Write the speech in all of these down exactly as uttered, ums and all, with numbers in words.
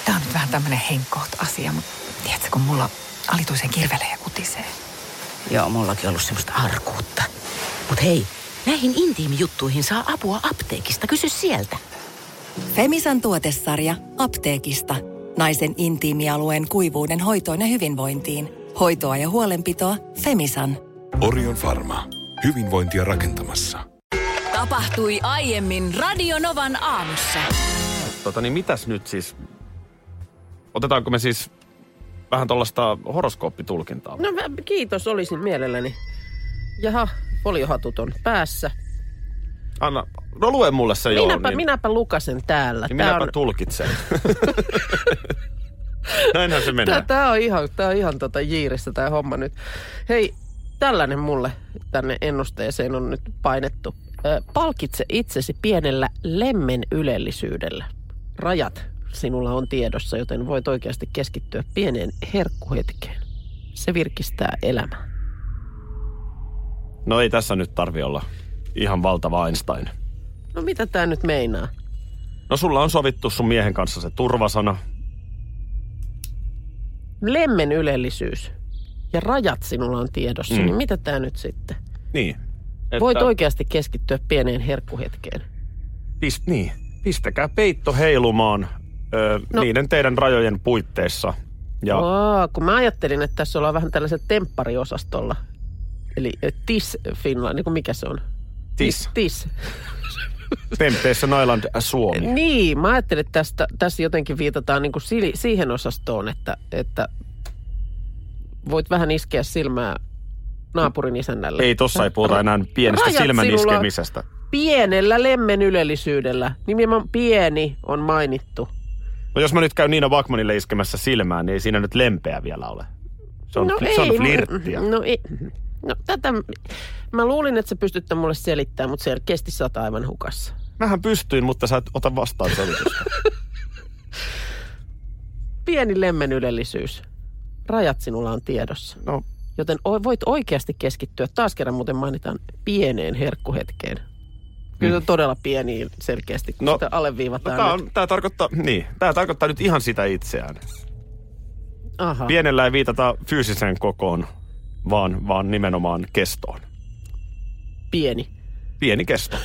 Tää on nyt vähän tämmönen henkkoht-asia, mutta tiedätkö, kun mulla alituisen kirvelee ja kutisee. Joo, mullakin ollut semmoista arkuutta. Mut hei, näihin intiimijuttuihin saa apua apteekista. Kysy sieltä. Femisan tuotesarja apteekista. Naisen intiimialueen kuivuuden hoitoon ja hyvinvointiin. Hoitoa ja huolenpitoa Femisan. Orion Pharma. Hyvinvointia rakentamassa. Tapahtui aiemmin Radio Novan aamussa. Tota niin, mitäs nyt siis? Otetaanko me siis vähän tuollaista horoskooppitulkintaa? No kiitos, olisin mielelläni. Jaha, foliohatut on päässä. Anna, no lue mulle se joo. Minäpä, niin, minäpä lukasen täällä. niin minäpä on... tulkitsen. Näinhän se menee. Tämä on ihan, tää on ihan tota jiirissä tämä homma nyt. Hei, tällainen mulle tänne ennusteeseen on nyt painettu. Ö, palkitse itsesi pienellä lemmen ylellisyydellä. Rajat sinulla on tiedossa, joten voit oikeasti keskittyä pieneen herkkuhetkeen. Se virkistää elämää. No ei tässä nyt tarvi olla ihan valtava Einstein. No mitä tää nyt meinaa? No sulla on sovittu sun miehen kanssa se turvasana. Lemmen ylellisyys ja rajat sinulla on tiedossa, mm. niin mitä tää nyt sitten? Niin. Että... Voit oikeasti keskittyä pieneen herkkuhetkeen. Pist, niin. Pistäkää peitto heilumaan ö, no. niiden teidän rajojen puitteissa. Ja... Oo, kun mä ajattelin, että tässä ollaan vähän tällaisella temppariosastolla. Eli Tis Finland, niin kuin mikä se on? Tis. Tis. Temptation Island Suomi. Niin, mä ajattelin, että tästä, tässä jotenkin viitataan niin kuin si- siihen osastoon, että, että voit vähän iskeä silmää naapurin isännälle. Ei, tossa ei puhuta enää pienestä Rajat silmän sinulla iskemisestä. Pienellä lemmen ylellisyydellä. Nimenomaan pieni on mainittu. No jos mä nyt käyn Niina Backmanille iskemässä silmään, niin ei siinä nyt lempeä vielä ole. Se on, no se ei, on flirttiä. No ei. No tätä, mä luulin, että sä pystyt mulle selittämään, mutta selkeästi sä oot aivan hukassa. Mähän pystyin, mutta sä et ota vastaan selitystä. Pieni lemmen ylellisyys. Rajat sinulla on tiedossa. No. Joten voit oikeasti keskittyä. Taas kerran muuten mainitaan pieneen herkkuhetkeen. Kyllä se on todella pieni selkeästi, kun no, sitä alleviivataan. No tää, on, tää, tarkoittaa, niin, tää tarkoittaa nyt ihan sitä itseään. Aha. Pienellä ei viitata fyysiseen kokoon, vaan, vaan nimenomaan kestoon. Pieni. Pieni kesto.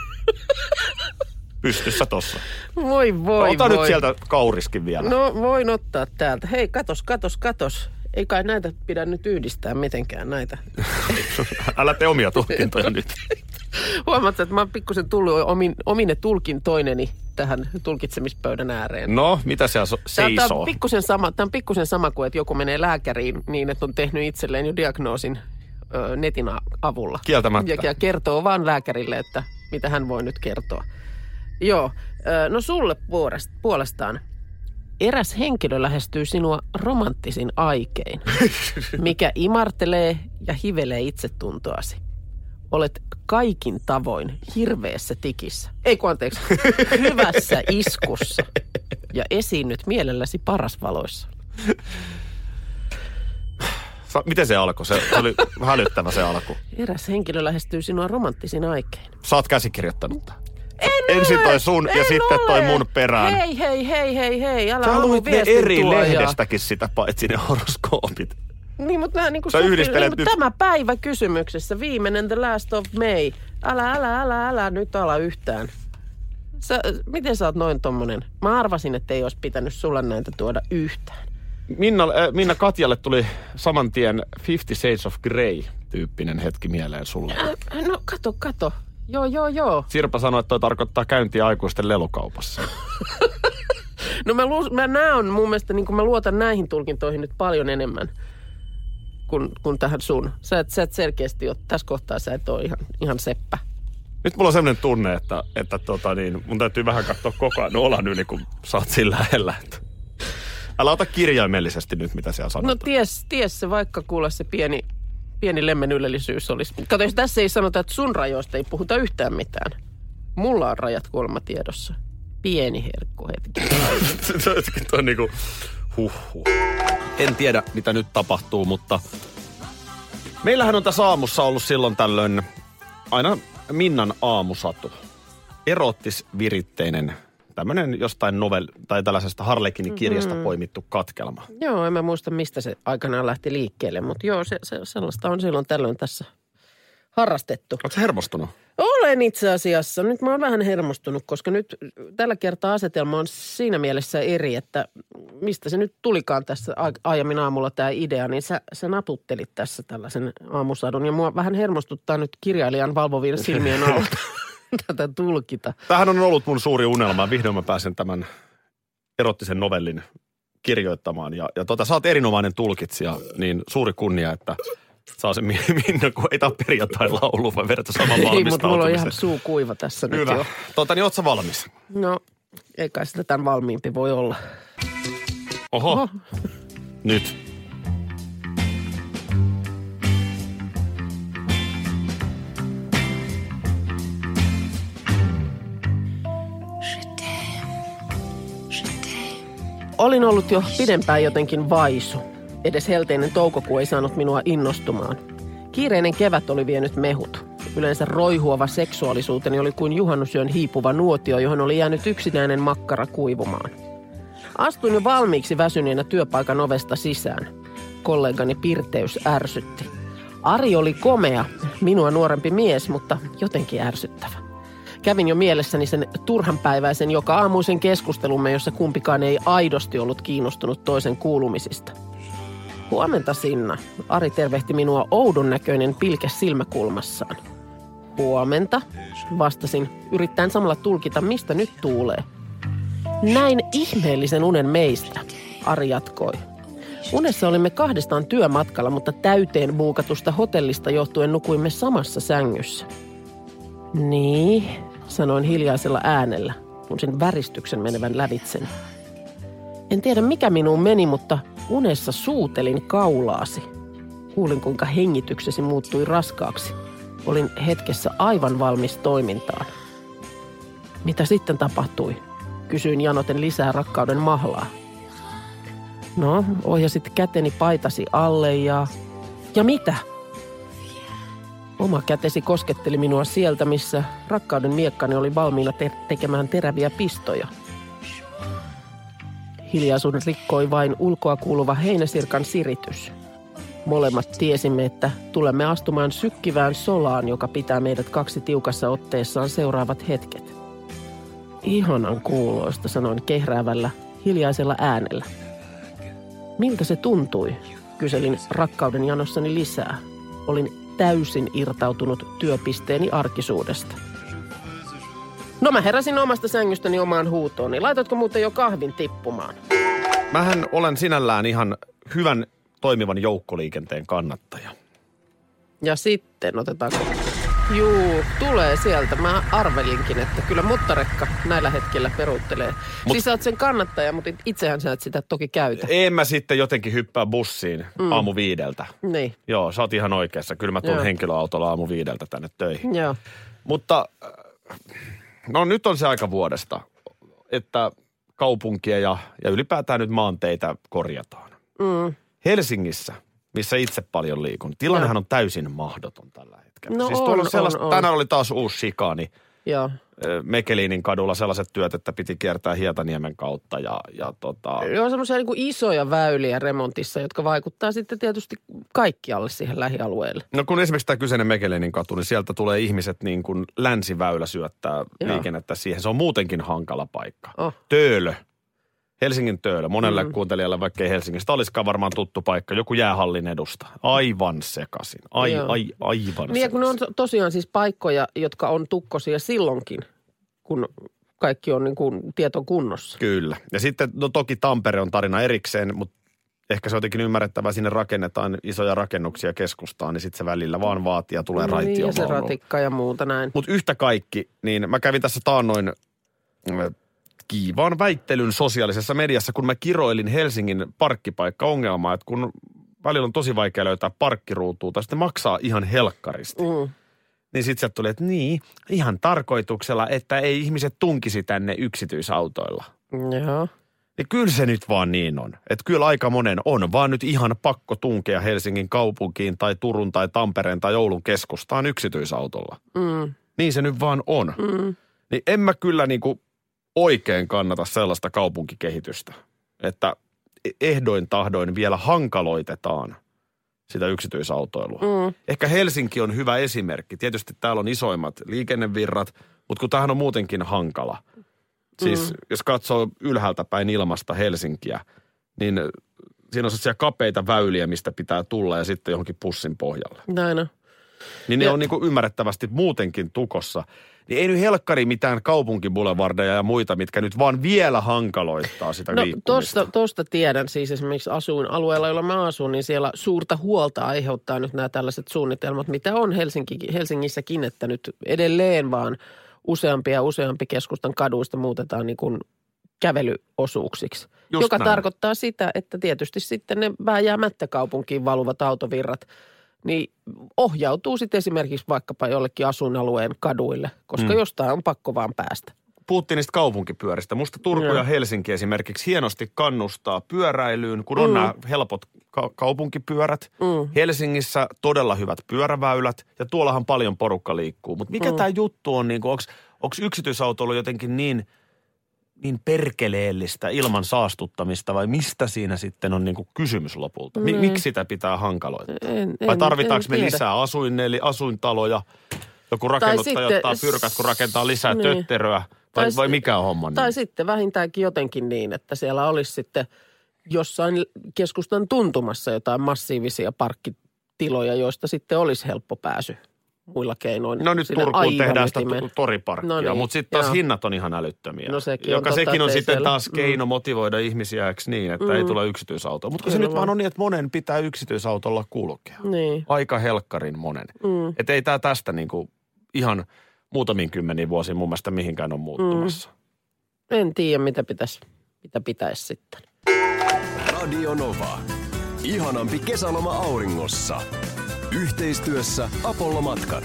Pystyssä tossa. Voi voi Ota voi. nyt sieltä kauriskin vielä. No voin ottaa täältä. Hei, katos, katos, katos. Ei kai näitä pidä nyt yhdistää mitenkään näitä. Älä tee omia tulkintoja nyt. Huomaat, että mä oon pikkusen tullut omin, omine tulkintoineni tähän tulkitsemispöydän ääreen. No, mitä siellä so- seisoo? Tämä on pikkusen sama, tämä on pikkusen sama kuin, että joku menee lääkäriin niin, että on tehnyt itselleen jo diagnoosin ö, netin avulla. Kieltämättä. Ja, ja kertoo vaan lääkärille, että mitä hän voi nyt kertoa. Joo, ö, no sulle puolestaan. Eräs henkilö lähestyy sinua romanttisin aikein, mikä imartelee ja hivelee itsetuntoasi. Olet kaikin tavoin hirveässä tikissä. Ei kun anteeksi, hyvässä iskussa. Ja esiinnyt mielelläsi parasvaloissa. Sa- miten se alkoi? Se, se oli hälyttävä se alku. Eräs henkilö lähestyy sinua romanttisin aikein. Sä oot käsikirjoittanut tämän. En Ensin ole, toi sun ja sitten ole. toi mun perään. Hei, hei, hei, hei, hei. Älä Sä luit ne eri tuojaa. lehdestäkin sitä paitsi ne horoskoopit. Niin, mutta nämä niin kuin Sä yhdistelet niin, nyt... tämä päivä kysymyksessä, viimeinen the last of May. Älä, älä, älä, älä nyt ala yhtään. Sä, miten sä oot noin tommonen? Mä arvasin, että ei olisi pitänyt sulla näitä tuoda yhtään. Minna, äh, Minna Katjalle tuli saman tien Fifty Shades of Grey-tyyppinen hetki mieleen sulle. Äh, no kato, kato. Joo, joo, joo. Sirpa sanoi, että toi tarkoittaa käyntiä aikuisten lelukaupassa. No mä, lu- mä näen mun mielestä, niin kun mä luotan näihin tulkintoihin nyt paljon enemmän kuin, kuin tähän sun. Sä et, sä et selkeästi ole, tässä kohtaa sä et ole ihan, ihan seppä. Nyt mulla on sellainen tunne, että, että tota niin, mun täytyy vähän katsoa koko ajan olan yli, kun sä oot siinä lähellä. Älä ota kirjaimellisesti nyt, mitä siellä sanotaan. No ties, ties se vaikka kuule se pieni, pieni lemmen ylellisyys olisi. Kato, jos tässä ei sanota, että sun rajoista ei puhuta yhtään mitään. Mulla on rajat kuulemma tiedossa. Pieni herkku hetki. Se on niinku huh huh. En tiedä, mitä nyt tapahtuu, mutta meillähän on tässä aamussa ollut silloin tällöin aina Minnan aamusatu. Erottis viritteinen Tämmöinen jostain novel tai tällaisesta Harlequinin kirjasta mm-hmm. poimittu katkelma. Joo, en mä muista mistä se aikanaan lähti liikkeelle, mutta joo, se, se, sellaista on silloin tällöin tässä harrastettu. Oletko hermostunut? Olen itse asiassa. Nyt mä oon vähän hermostunut, koska nyt tällä kertaa asetelma on siinä mielessä eri, että mistä se nyt tulikaan tässä aiemmin aamulla tämä idea, niin sä, sä naputtelit tässä tällaisen aamusadun. Ja mua vähän hermostuttaa nyt kirjailijan valvovien silmien alla tätä tulkita. Tämähän on ollut mun suuri unelma. Vihdoin mä pääsen tämän erottisen novellin kirjoittamaan. Ja, ja tota, sä oot erinomainen tulkitsija, niin suuri kunnia, että saa se Minna, kun ei tää perjantai laulu, vai verran saman valmistautumisen. Ei, mutta mulla on ihan suu kuiva tässä nyt jo. Tota, niin oot sä valmis? No, ei kai sitä tämän valmiimpi voi olla. Oho, Oho. Nyt. Olin ollut jo pidempään jotenkin vaisu. Edes helteinen toukokuu ei saanut minua innostumaan. Kiireinen kevät oli vienyt mehut. Yleensä roihuava seksuaalisuuteni oli kuin juhannusyön hiipuva nuotio, johon oli jäänyt yksinäinen makkara kuivumaan. Astuin jo valmiiksi väsyneenä työpaikan ovesta sisään. Kollegani pirteys ärsytti. Ari oli komea, minua nuorempi mies, mutta jotenkin ärsyttävä. Kävin jo mielessäni sen turhanpäiväisen joka aamuisen keskustelumme, jossa kumpikaan ei aidosti ollut kiinnostunut toisen kuulumisista. Huomenta, Sinna. Ari tervehti minua oudon näköinen pilke silmäkulmassaan. Huomenta, vastasin, yrittäen samalla tulkita, mistä nyt tuulee. Näin ihmeellisen unen meistä, Ari jatkoi. Unessa olimme kahdestaan työmatkalla, mutta täyteen buukatusta hotellista johtuen nukuimme samassa sängyssä. Niin, sanoin hiljaisella äänellä, tunsin väristyksen menevän lävitsen. En tiedä mikä minuun meni, mutta unessa suutelin kaulaasi. Kuulin kuinka hengityksesi muuttui raskaaksi. Olin hetkessä aivan valmis toimintaan. Mitä sitten tapahtui? Kysyin janoten lisää rakkauden mahlaa. No, ohjasit käteni paitasi alle ja... Ja mitä? Oma kätesi kosketteli minua sieltä, missä rakkauden miekkani oli valmiilla te- tekemään teräviä pistoja. Hiljaisuuden rikkoi vain ulkoa kuuluva heinäsirkan siritys. Molemmat tiesimme, että tulemme astumaan sykkivään solaan, joka pitää meidät kaksi tiukassa otteessaan seuraavat hetket. Ihanan kuuloista, sanoin kehräävällä, hiljaisella äänellä. Miltä se tuntui? Kyselin rakkauden janossani lisää. Olin täysin irtautunut työpisteeni arkisuudesta. No mä heräsin omasta sängystäni omaan huutooni. Laitatko muuten jo kahvin tippumaan? Mähän olen sinällään ihan hyvän toimivan joukkoliikenteen kannattaja. Ja sitten otetaanko... Juu, tulee sieltä. Mä arvelinkin, että kyllä mottarekka näillä hetkillä peruuttelee. Mut, siis sä oot sen kannattaja, mutta itsehän sä et sitä toki käytä. En mä sitten jotenkin hyppää bussiin mm. aamu viideltä. Niin. Joo, sä oot ihan oikeassa. Kyllä mä tuun Joo. henkilöautolla aamu viideltä tänne töihin. Joo. Mutta no nyt on se aika vuodesta, että kaupunkia ja, ja ylipäätään nyt maanteitä korjataan. Mm. Helsingissä, missä itse paljon liikun, tilannehan on täysin mahdoton tällä hetkellä. No siis on, on, on, tänään oli taas uusi shikaani. Joo. Mekelinin kadulla sellaiset työt, että piti kiertää Hietaniemen kautta ja, ja tota... Joo, semmoisia niin kuin isoja väyliä remontissa, jotka vaikuttaa sitten tietysti kaikkialle siihen lähialueelle. No kun esimerkiksi tämä kyseinen Mekelinin katu, niin sieltä tulee ihmiset niin kuin länsiväylä syöttää Joo. liikennettä siihen. Se on muutenkin hankala paikka. Oh. Töölö. Helsingin Töölö. Monelle mm. kuuntelijalle, vaikka ei Helsingistä olisikaan varmaan tuttu paikka. Joku jäähallin edusta. Aivan sekaisin. Ai, ai, aivan sekaisin. Niin kun on tosiaan siis paikkoja, jotka on tukkosia silloinkin, kun kaikki on niin kuin tieto kunnossa. Kyllä. Ja sitten no toki Tampere on tarina erikseen, mutta ehkä se on jotenkin ymmärrettävää. Sinne rakennetaan isoja rakennuksia keskustaan, niin sitten se välillä vaan vaatii ja tulee raitiovaunu. Niin ja se ratikka ja muuta näin. Mutta yhtä kaikki, niin mä kävin tässä taannoin kiivaan väittelyn sosiaalisessa mediassa, kun mä kiroilin Helsingin parkkipaikka-ongelmaa, että kun välillä on tosi vaikea löytää parkkiruutua tai sitten maksaa ihan helkkaristi. Mm. Niin sitten sieltä tuli, että niin, ihan tarkoituksella, että ei ihmiset tunkisi tänne yksityisautoilla. Joo. Ja kyllä se nyt vaan niin on. Että kyllä aika monen on vaan nyt ihan pakko tunkea Helsingin kaupunkiin tai Turun tai Tampereen tai Oulun keskustaan yksityisautolla. Mm. Niin se nyt vaan on. Mm. Niin en mä kyllä niinku oikein kannata sellaista kaupunkikehitystä, että ehdoin tahdoin vielä hankaloitetaan sitä yksityisautoilua. Mm. Ehkä Helsinki on hyvä esimerkki. Tietysti täällä on isoimmat liikennevirrat, mutta kun tämähän on muutenkin hankala. Siis mm. jos katsoo ylhäältä päin ilmasta Helsinkiä, niin siinä on sellaisia kapeita väyliä, mistä pitää tulla ja sitten johonkin pussin pohjalle. Näin on. Niin ne ja... on niin kuin ymmärrettävästi muutenkin tukossa. Niin ei nyt helkkari mitään kaupunkibulevardeja ja muita, mitkä nyt vaan vielä hankaloittaa sitä no, liikkumista. Tosta, tosta tiedän siis esimerkiksi asuinalueella, jolla mä asun, niin siellä suurta huolta aiheuttaa nyt nämä tällaiset suunnitelmat, mitä on Helsinki, Helsingissäkin, että nyt edelleen vaan useampia ja useampi keskustan kaduista muutetaan niin kuin kävelyosuuksiksi. Just joka näin. Tarkoittaa sitä, että tietysti sitten ne vääjäämättä kaupunkiin valuvat autovirrat niin ohjautuu sitten esimerkiksi vaikkapa jollekin asuinalueen kaduille, koska mm. jostain on pakko vaan päästä. Puhuttiin niistä kaupunkipyöristä. Musta Turku ja, ja Helsinki esimerkiksi hienosti kannustaa pyöräilyyn, kun on mm. nämä helpot ka- kaupunkipyörät. Mm. Helsingissä todella hyvät pyöräväylät ja tuollahan paljon porukka liikkuu. Mutta mikä mm. tämä juttu on, niin onko yksityisautoilu jotenkin niin, niin perkeleellistä ilman saastuttamista vai mistä siinä sitten on niin kuin kysymys lopulta? Mi- mm. Miksi sitä pitää hankaloittaa? En, en, vai tarvitaanko me tiedä. lisää asuinneli, asuintaloja? Joku rakennuttaja ottaa pyrkät, kun rakentaa lisää niin. tötteröä. Vai, vai mikä on homma? Tai niin? sitten vähintäänkin jotenkin niin, että siellä olisi sitten jossain keskustan tuntumassa jotain massiivisia parkkitiloja, joista sitten olisi helppo pääsy muilla keinoin. No nyt Turkuun tehdään sitä toriparkkia, no niin, mutta sitten taas joo. hinnat on ihan älyttömiä. No sekin joka on totta, sekin on sitten siellä. taas keino mm. motivoida ihmisiä niin, että mm. ei tule yksityisautoa. Mutta kun se nyt vaan on niin, että monen pitää yksityisautolla kulkea. Niin. Aika helkkarin monen. Mm. Että ei tämä tästä niinku ihan muutamiin kymmeniin vuosiin mun mielestä mihinkään on muuttumassa. Mm. En tiedä, mitä pitäisi mitä pitäis sitten. Radio Nova. Ihanampi kesäloma auringossa. Yhteistyössä Apollo Matkat.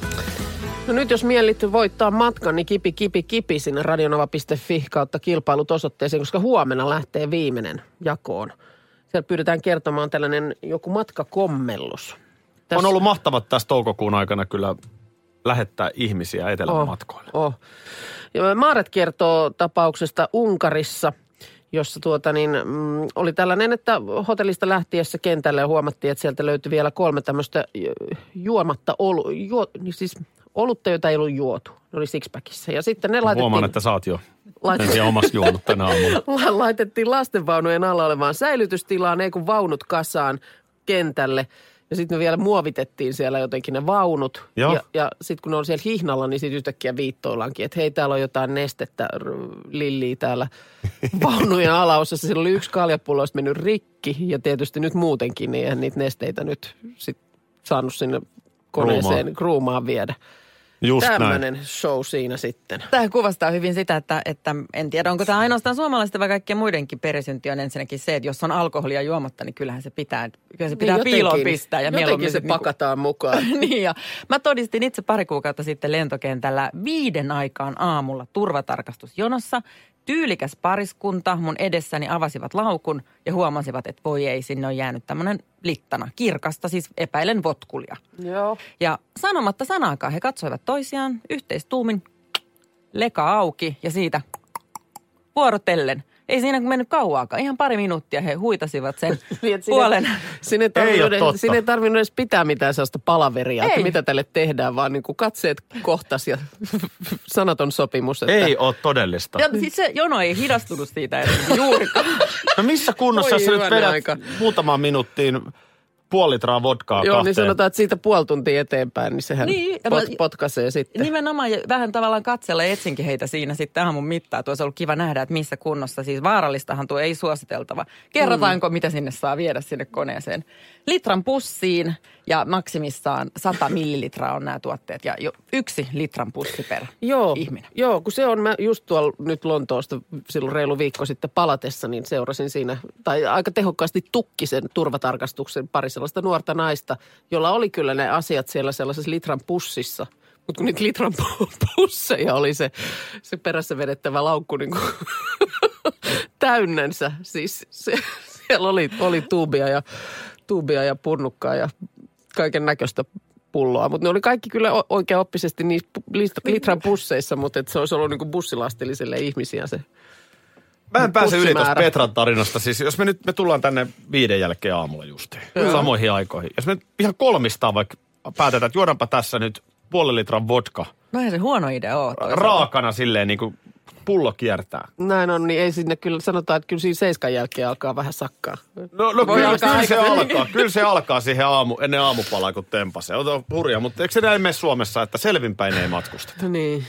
No nyt jos mielitty voittaa matkan, niin kipi, kipi, kipi sinne radionova piste fi kautta kilpailut osoitteeseen, koska huomenna lähtee viimeinen jakoon. Siellä pyydetään kertomaan tällainen joku matkakommellus. Tässä... On ollut mahtavat tässä toukokuun aikana kyllä lähettää ihmisiä etelämatkoille. Oh, oh. Ja Maaret kertoo tapauksesta Unkarissa, jossa tuota niin, mm, oli tällainen, että hotellista lähtiessä kentälle huomattiin, että sieltä löytyi vielä kolme tämmöistä juomatta olu, juo, niin siis olutta, jota ei ollut juotu. Ne oli sixpackissa. Ja sitten ne laitettiin... Huomaan, että sä oot jo laitettiin omassa juonut tänä aamulla. Laitettiin lastenvaunujen alla olevaan säilytystilaan, ei kun vaunut kasaan kentälle. Ja sitten me vielä muovitettiin siellä jotenkin ne vaunut. Joo. Ja, ja sitten kun ne on siellä hihnalla, niin sitten yhtäkkiä viittoillaankin, että hei, täällä on jotain nestettä, lilliä täällä vaunujen alaosassa. Siellä oli yksi kaljapullo, olisi mennyt rikki. Ja tietysti nyt muutenkin, niin eihän niitä nesteitä nyt sitten saanut sinne koneeseen kruumaan viedä. Just tämmöinen näin. Show siinä sitten. Tämä kuvastaa hyvin sitä, että, että en tiedä, onko tämä ainoastaan suomalaisten vai kaikkien muidenkin perisynti on ensinnäkin se, että jos on alkoholia juomatta, niin kyllähän se pitää, kyllä se pitää niin piiloon pistää. Ja jotenkin se pakataan niin kuin, mukaan. Niin ja mä todistin itse pari kuukautta sitten lentokentällä viiden aikaan aamulla turvatarkastusjonossa. Tyylikäs pariskunta mun edessäni avasivat laukun ja huomasivat, että voi ei, sinne on jäänyt tämmöinen littana. Kirkasta, siis epäilen votkulia. Joo. Ja sanomatta sanaakaan he katsoivat toisiaan yhteistuumin, leka auki ja siitä vuorotellen. Ei siinä mennyt kauaakaan. Ihan pari minuuttia he huitasivat sen niin, puolen. Sinne ei tarvinnut, sinne ei tarvinnut edes pitää mitään sellaista palaveria, ei. Että mitä tälle tehdään, vaan niin kuin katseet kohtas ja sanaton sopimus. Että... Ei ole todellista. Ja siis se jono ei hidastunut siitä edes juurikaan. No missä kunnossa sä nyt vedät aika. Muutamaan minuuttiin puoli litraa vodkaa Joo, kahteen. Niin sanotaan, että siitä puoli tuntia eteenpäin, niin sehän niin, pot, potkaisee sitten. Nimenomaan vähän tavallaan katsella ja etsinkin heitä siinä sitten aamun mittaa. Tuossa on ollut kiva nähdä, että missä kunnossa. Siis vaarallistahan tuo ei suositeltava. Kerrotaanko, mm. mitä sinne saa viedä sinne koneeseen? Litran pussiin ja maksimissaan sata millilitraa on nämä tuotteet. Ja jo yksi litran pussi per joo, ihminen. Joo, kun se on, mä just tuolla nyt Lontoosta silloin reilu viikko sitten palatessa, niin seurasin siinä, tai aika tehokkaasti tukki sen turvatarkastuksen pari sellaista nuorta naista, jolla oli kyllä ne asiat siellä sellaisessa litran pussissa. Mutta kun niitä litran pusseja oli se, se perässä vedettävä laukku niin kuin täynnänsä. Siis se, siellä oli, oli tuubia, ja, tuubia ja purnukkaa ja kaiken näköistä pulloa, mutta ne oli kaikki kyllä oikein oppisesti niissä litran pusseissa, mutta että se olisi ollut niin kuin bussilastilliselle ihmisiä se Mä en pääse yli tuosta pussimäärä. Petran tarinasta. Siis jos me nyt me tullaan tänne viiden jälkeen aamulla justiin, Joo. samoihin aikoihin. Jos me nyt ihan kolmistaan vaikka päätetään, että juodaanpa tässä nyt puolen litran vodka No ei se huono idea ole. toisaalta. raakana silleen niin kuin pullo kiertää. Näin on, niin ei sinne kyllä, sanotaan, että kyllä siinä seiskan jälkeen alkaa vähän sakkaa. No, no Voi kyllä, alkaa kyllä se aikaisemmin. alkaa. Kyllä se alkaa siihen aamu, ennen aamupalaa, kun tempasee. Ota hurja, mutta eikö se näin mene Suomessa, että selvinpäin ei matkusteta? Niin.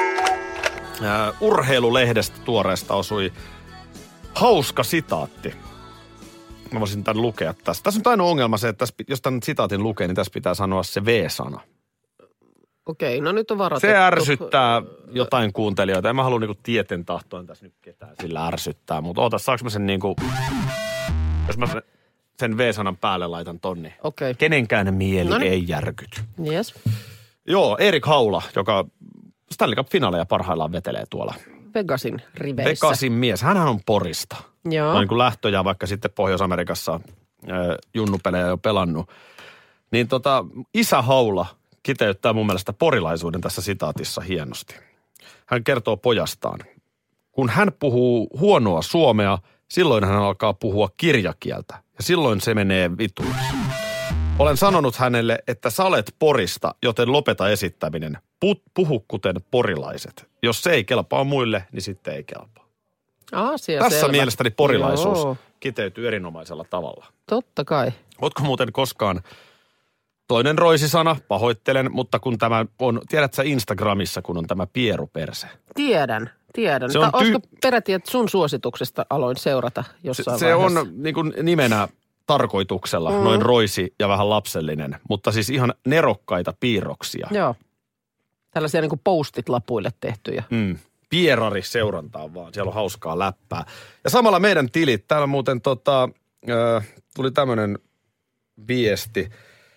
Äh, urheilulehdestä tuoreesta osui hauska sitaatti. Mä voisin tämän lukea tästä. Tässä on ainoa ongelma se, että tässä, jos tämän sitaatin lukee, niin tässä pitää sanoa se V-sana. Okei, no nyt on varoitettu. Se ärsyttää jotain kuuntelijoita. En mä halua niinku tieten tahtoen tässä nyt ketään sillä ärsyttää. Mutta oota, saanko mä sen niinku, jos mä sen V-sanan päälle laitan tonni. Okei. Kenenkään mieli Noniin. ei järkyty. Yes. Joo, Erik Haula, joka Stanley Cup-finaaleja parhaillaan vetelee tuolla. Vegasin riveissä. Vegasin mies. Hänhän on Porista. Joo. No niin kuin lähtöjä vaikka sitten Pohjois-Amerikassa äh, junnupelejä jo pelannut. Niin tota, isä Haula kiteyttää mun mielestä porilaisuuden tässä sitaatissa hienosti. Hän kertoo pojastaan. Kun hän puhuu huonoa suomea, silloin hän alkaa puhua kirjakieltä. Ja silloin se menee vituiksi. Olen sanonut hänelle, että sä olet Porista, joten lopeta esittäminen. Put, puhu kuten porilaiset. Jos se ei kelpaa muille, niin sitten ei kelpaa. Asia Tässä selvä. mielestäni porilaisuus Joo, kiteytyy erinomaisella tavalla. totta kai. Ootko muuten koskaan, toinen roisisana, pahoittelen, mutta kun tämä on, tiedätkö sä Instagramissa, kun on tämä pieruperse? Tiedän, tiedän. Se on Ta- ty- Olisiko peräti, että sun suosituksesta aloin seurata Se, jossain se vaiheessa? on niin kuin nimenä tarkoituksella, Mm. noin roisi ja vähän lapsellinen, mutta siis ihan nerokkaita piirroksia. Joo. Tällaisia niin kuin postit-lapuille tehtyjä. Mm. Pierari seurantaan vaan, siellä on hauskaa läppää. Ja samalla meidän tilit, täällä muuten tota, äh, tuli tämmöinen viesti,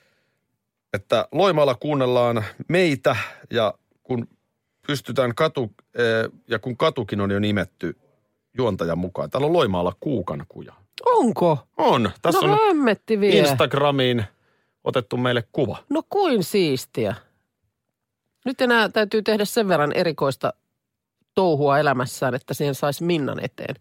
että Loimaalla kuunnellaan meitä ja kun pystytään katu, äh, ja kun katukin on jo nimetty juontajan mukaan. Täällä on Loimaalla Kuukankuja. Onko? On. Tässä no on hämmetti vielä. Instagramiin otettu meille kuva. No kuin siistiä. Nyt enää täytyy tehdä sen verran erikoista touhua elämässään, että siihen saisi Minnan eteen.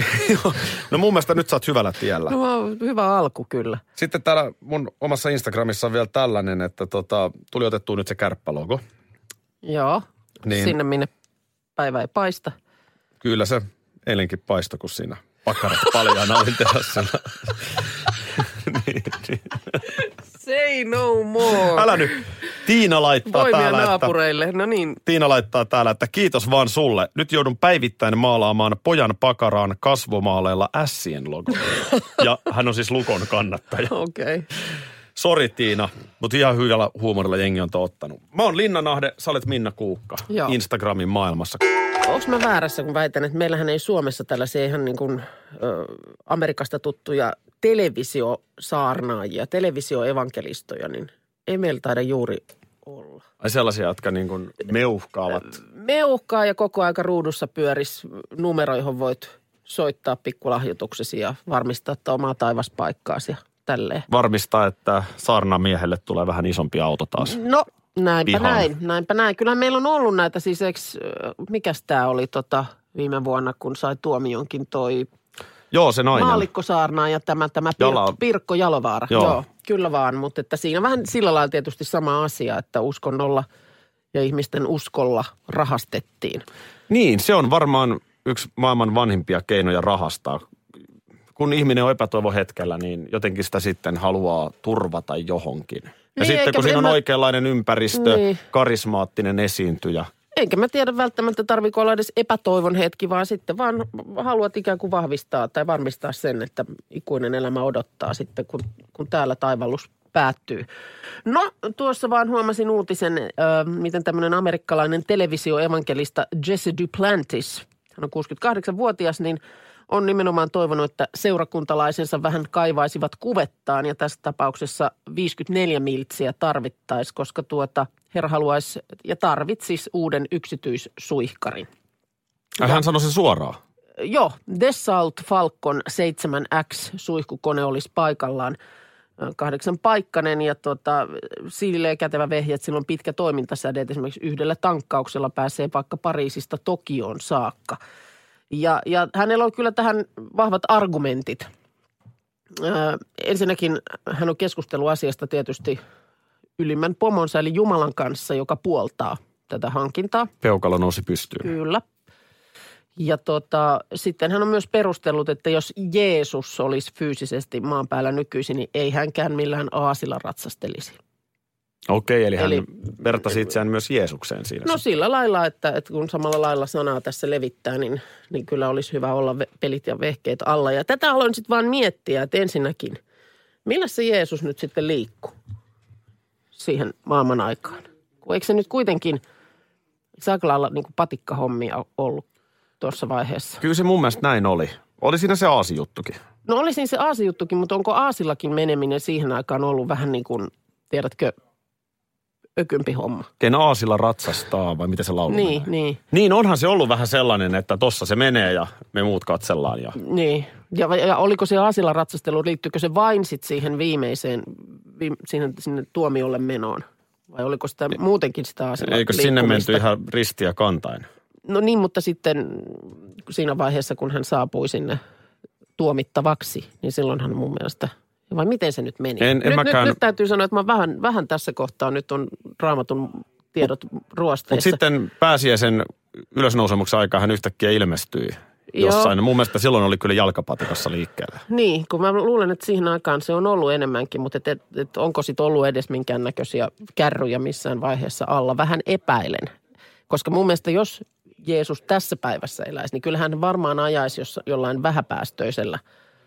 No mun mielestä nyt sä oot hyvällä tiellä. No hyvä alku kyllä. Sitten täällä mun omassa Instagramissa on vielä tällainen, että tota, tuli otettua nyt se kärppälogo. Joo, Niin. sinne minne päivä ei paista. Kyllä se eilenkin paistoi, kun siinä pakkarat paljaana olin terassilla. niin, niin. Say no more. Älä nyt. Tiina laittaa Voimia täällä, naapureille, että, no niin. Tiina laittaa täällä, että kiitos vaan sulle. Nyt joudun päivittäin maalaamaan pojan pakaraan kasvomaaleilla ässien logo. Ja hän on siis Lukon kannattaja. Okei. Okay. Sori Tiina, mutta ihan hyvällä huumorilla jengi on ottanut. Mä oon Linna Nahde, sä olet Minna Kuukka. Joo. Instagramin maailmassa. Onko mä väärässä, kun väitän, että meillähän ei Suomessa tällaisia ihan niin kuin ö, Amerikasta tuttuja televisiosaarnaajia, televisioevankelistoja, niin ei meillä taida juuri olla. Ai sellaisia, jotka niin kuin meuhkaavat. Meuhkaa ja koko aika ruudussa pyöris numero, johon voit soittaa pikkulahjoituksesi ja varmistaa, että omaa taivaspaikkaasi ja tälleen. Varmistaa, että saarnamiehelle tulee vähän isompi auto taas. No, näinpä Pihaan. näin, näinpä näin. Kyllähän meillä on ollut näitä siis, eks, mikäs tämä oli tota, viime vuonna, kun sai tuomionkin toi Joo, se nainen. maallikkosaarnaa ja tämä, tämä Jala- Pirkko, Pirkko Jalovaara. Joo. Joo. Kyllä vaan, mutta että siinä vähän sillä lailla tietysti sama asia, että uskonnolla ja ihmisten uskolla rahastettiin. Niin, se on varmaan yksi maailman vanhimpia keinoja rahastaa. Kun ihminen on epätoivon hetkellä, niin jotenkin sitä sitten haluaa turvata johonkin. Ja Niin, sitten eikä- kun siinä en on mä- oikeanlainen ympäristö, Niin. karismaattinen esiintyjä. Enkä mä tiedä välttämättä tarviiko olla edes epätoivon hetki, vaan sitten vaan haluat ikään kuin vahvistaa tai varmistaa sen, että ikuinen elämä odottaa sitten, kun, kun täällä taivallus päättyy. No, tuossa vaan huomasin uutisen, äh, miten tämmöinen amerikkalainen televisioevankelista Jesse Duplantis, hän on kuusikymmentäkahdeksanvuotias, niin on nimenomaan toivonut, että seurakuntalaisensa vähän kaivaisivat kuvettaan ja tässä tapauksessa viisikymmentäneljä miltsiä tarvittaisi, koska tuota herra haluaisi ja tarvitsisi uuden yksityissuihkarin. Ja hän sanoi sen suoraan. Joo, Dassault Falcon seitsemän X suihkukone olisi paikallaan. kahdeksan paikkainen ja tota, silleen kätevä vehje, että sillä on pitkä toimintasäde. Esimerkiksi yhdellä tankkauksella pääsee vaikka Pariisista Tokioon saakka. Ja, ja hänellä on kyllä tähän vahvat argumentit. Ö, ensinnäkin hän on keskustellut asiasta tietysti ylimmän pomonsa eli Jumalan kanssa, joka puoltaa tätä hankintaa. Peukalo nousi pystyyn. Kyllä. Ja tota, sitten hän on myös perustellut, että jos Jeesus olisi fyysisesti maan päällä nykyisin, niin ei hänkään millään aasilla ratsastelisi. Okei, eli, eli hän Eli- vertasi itseään myös Jeesukseen siinä. No sillä lailla, että, että kun samalla lailla sanaa tässä levittää, niin, niin kyllä olisi hyvä olla ve- pelit ja vehkeet alla. Ja tätä aloin sitten vaan miettiä, että ensinnäkin, millä se Jeesus nyt sitten liikkuu siihen maailman aikaan? Kun eikö se nyt kuitenkin, eikö se aika lailla niin kuin patikkahommia ollut tuossa vaiheessa? Kyllä se mun mielestä näin oli. Oli siinä se aasijuttukin. No oli siinä se aasijuttukin, mutta onko aasillakin meneminen siihen aikaan ollut vähän niin kuin, tiedätkö, ökympi homma? Ken aasilla ratsastaa vai miten se laulu Niin, menee? niin. Niin, onhan se ollut vähän sellainen, että tossa se menee ja me muut katsellaan. Ja... Niin. Ja, ja oliko se aasilla ratsastelu, liittyykö se vain sit siihen viimeiseen, viime, sinne, sinne tuomiolle menoon? Vai oliko sitä muutenkin sitä aasilla Eikö sinne liikkumista? menty ihan ristiä kantain? No niin, mutta sitten siinä vaiheessa, kun hän saapui sinne tuomittavaksi, niin silloinhan mun mielestä, vai miten se nyt meni? En- en nyt, mäkään- nyt, nyt täytyy sanoa, että mä vähän, vähän tässä kohtaa nyt on Raamatun tiedot ruosteissa. Mutta sitten pääsiäisen ylösnousemuksen aikaan hän yhtäkkiä ilmestyi jossain. Mun mielestä silloin oli kyllä jalkapatikassa liikkeellä. Niin, kun mä luulen, että siihen aikaan se on ollut enemmänkin, mutta et, et, et onko sitten ollut edes minkäännäköisiä kärryjä missään vaiheessa alla? Vähän epäilen, koska mun mielestä jos Jeesus tässä päivässä eläisi, niin kyllähän hän varmaan ajaisi jos, jollain vähäpäästöisellä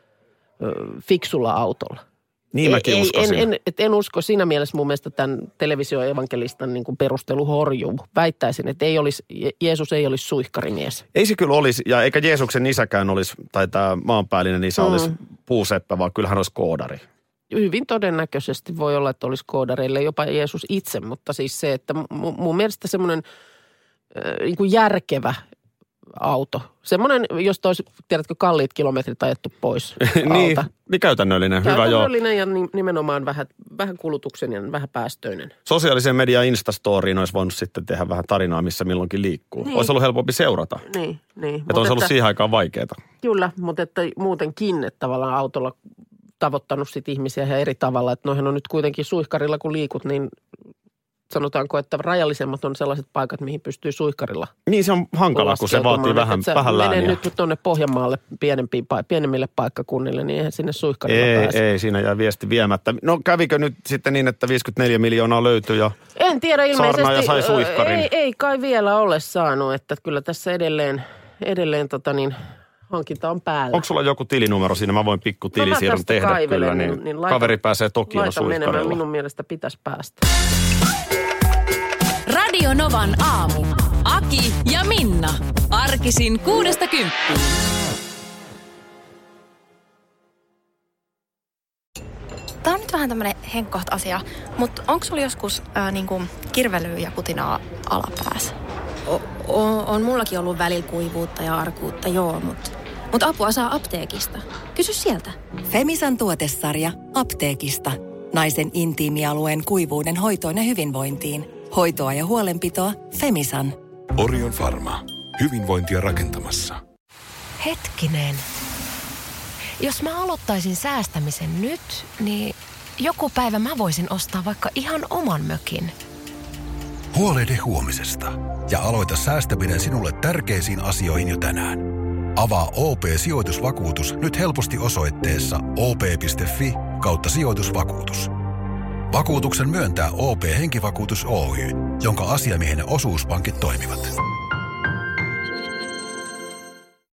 ö, fiksulla autolla. Niin mäkin ei, uskoisin. En, en, et en usko siinä mielessä mun mielestä tämän televisioevankelistan niin kuin perustelu horjuu. Väittäisin, että ei olisi, Jeesus ei olisi suihkarimies. Ei se kyllä olisi, ja eikä Jeesuksen isäkään olisi, tai tämä maanpäällinen isä Mm. olisi puuseppä, vaan kyllähän olisi koodari. Hyvin todennäköisesti voi olla, että olisi koodareille jopa Jeesus itse, mutta siis se, että mun, mun mielestä semmoinen äh, niin kuin järkevä auto. Semmoinen, jos olisi, tiedätkö, kalliit kilometrit ajettu pois niin, alta. niin käytännöllinen, hyvä joo. Käytännöllinen ja ni- nimenomaan vähän, vähän kulutuksen ja vähän päästöinen. Sosiaalisen median Instastoriin olisi voinut sitten tehdä vähän tarinaa, missä milloinkin liikkuu. Niin. Olisi ollut helpompi seurata. Niin, niin. Että olisi ollut siihen aikaan vaikeaa. Kyllä, mutta että muutenkin, että tavallaan autolla tavoittanut sit ihmisiä ihan eri tavalla. Että noihän on nyt kuitenkin suihkarilla, kun liikut, niin sanotaanko, että rajallisemmat on sellaiset paikat, mihin pystyy suihkarilla Niin se on hankala, kun se vaatii vähän, että vähän mene lääniä. nyt tuonne Pohjanmaalle pienempiin, pienemmille paikkakunnille, niin eihän sinne suihkarilla Ei, pääse. ei, siinä jää viesti viemättä. No kävikö nyt sitten niin, että viisikymmentäneljä miljoonaa löytyi ja En tiedä ilmeisesti. Saarnaaja sai suihkarin. Ei, ei kai vielä ole saanut, että kyllä tässä edelleen, edelleen tota niin, hankinta on päällä. onko sulla joku tilinumero siinä? Mä voin pikku No mä tilisiirron tästä tehdä kaivelen, kyllä, niin- niin, niin laita- kaveri pääsee Tokioon Laita menemään, suihkarilla. minun mielestä pitäisi päästä. Radio Novan aamu. Aki ja Minna. Arkisin kuudesta kymppiin. Tämä on nyt vähän tämmöinen henkkoht asia, mutta onko sulla joskus ää, niinku kirvelyä ja putinaa alapäässä? O- o- on mullakin ollut välillä kuivuutta ja arkuutta, joo, mutta mut apua saa apteekista. Kysy sieltä. Femisan tuotesarja apteekista. Naisen intiimialueen kuivuuden hoitoon ja hyvinvointiin. Hoitoa ja huolenpitoa Femisan. Orion Pharma. Hyvinvointia rakentamassa. Hetkinen. Jos mä aloittaisin säästämisen nyt, niin joku päivä mä voisin ostaa vaikka ihan oman mökin. Huolehdi huomisesta ja aloita säästäminen sinulle tärkeisiin asioihin jo tänään. Avaa O P-sijoitusvakuutus nyt helposti osoitteessa o p piste f i kautta sijoitusvakuutus. Vakuutuksen myöntää O P-henkivakuutus Oy, jonka asiamiehen osuuspankit toimivat.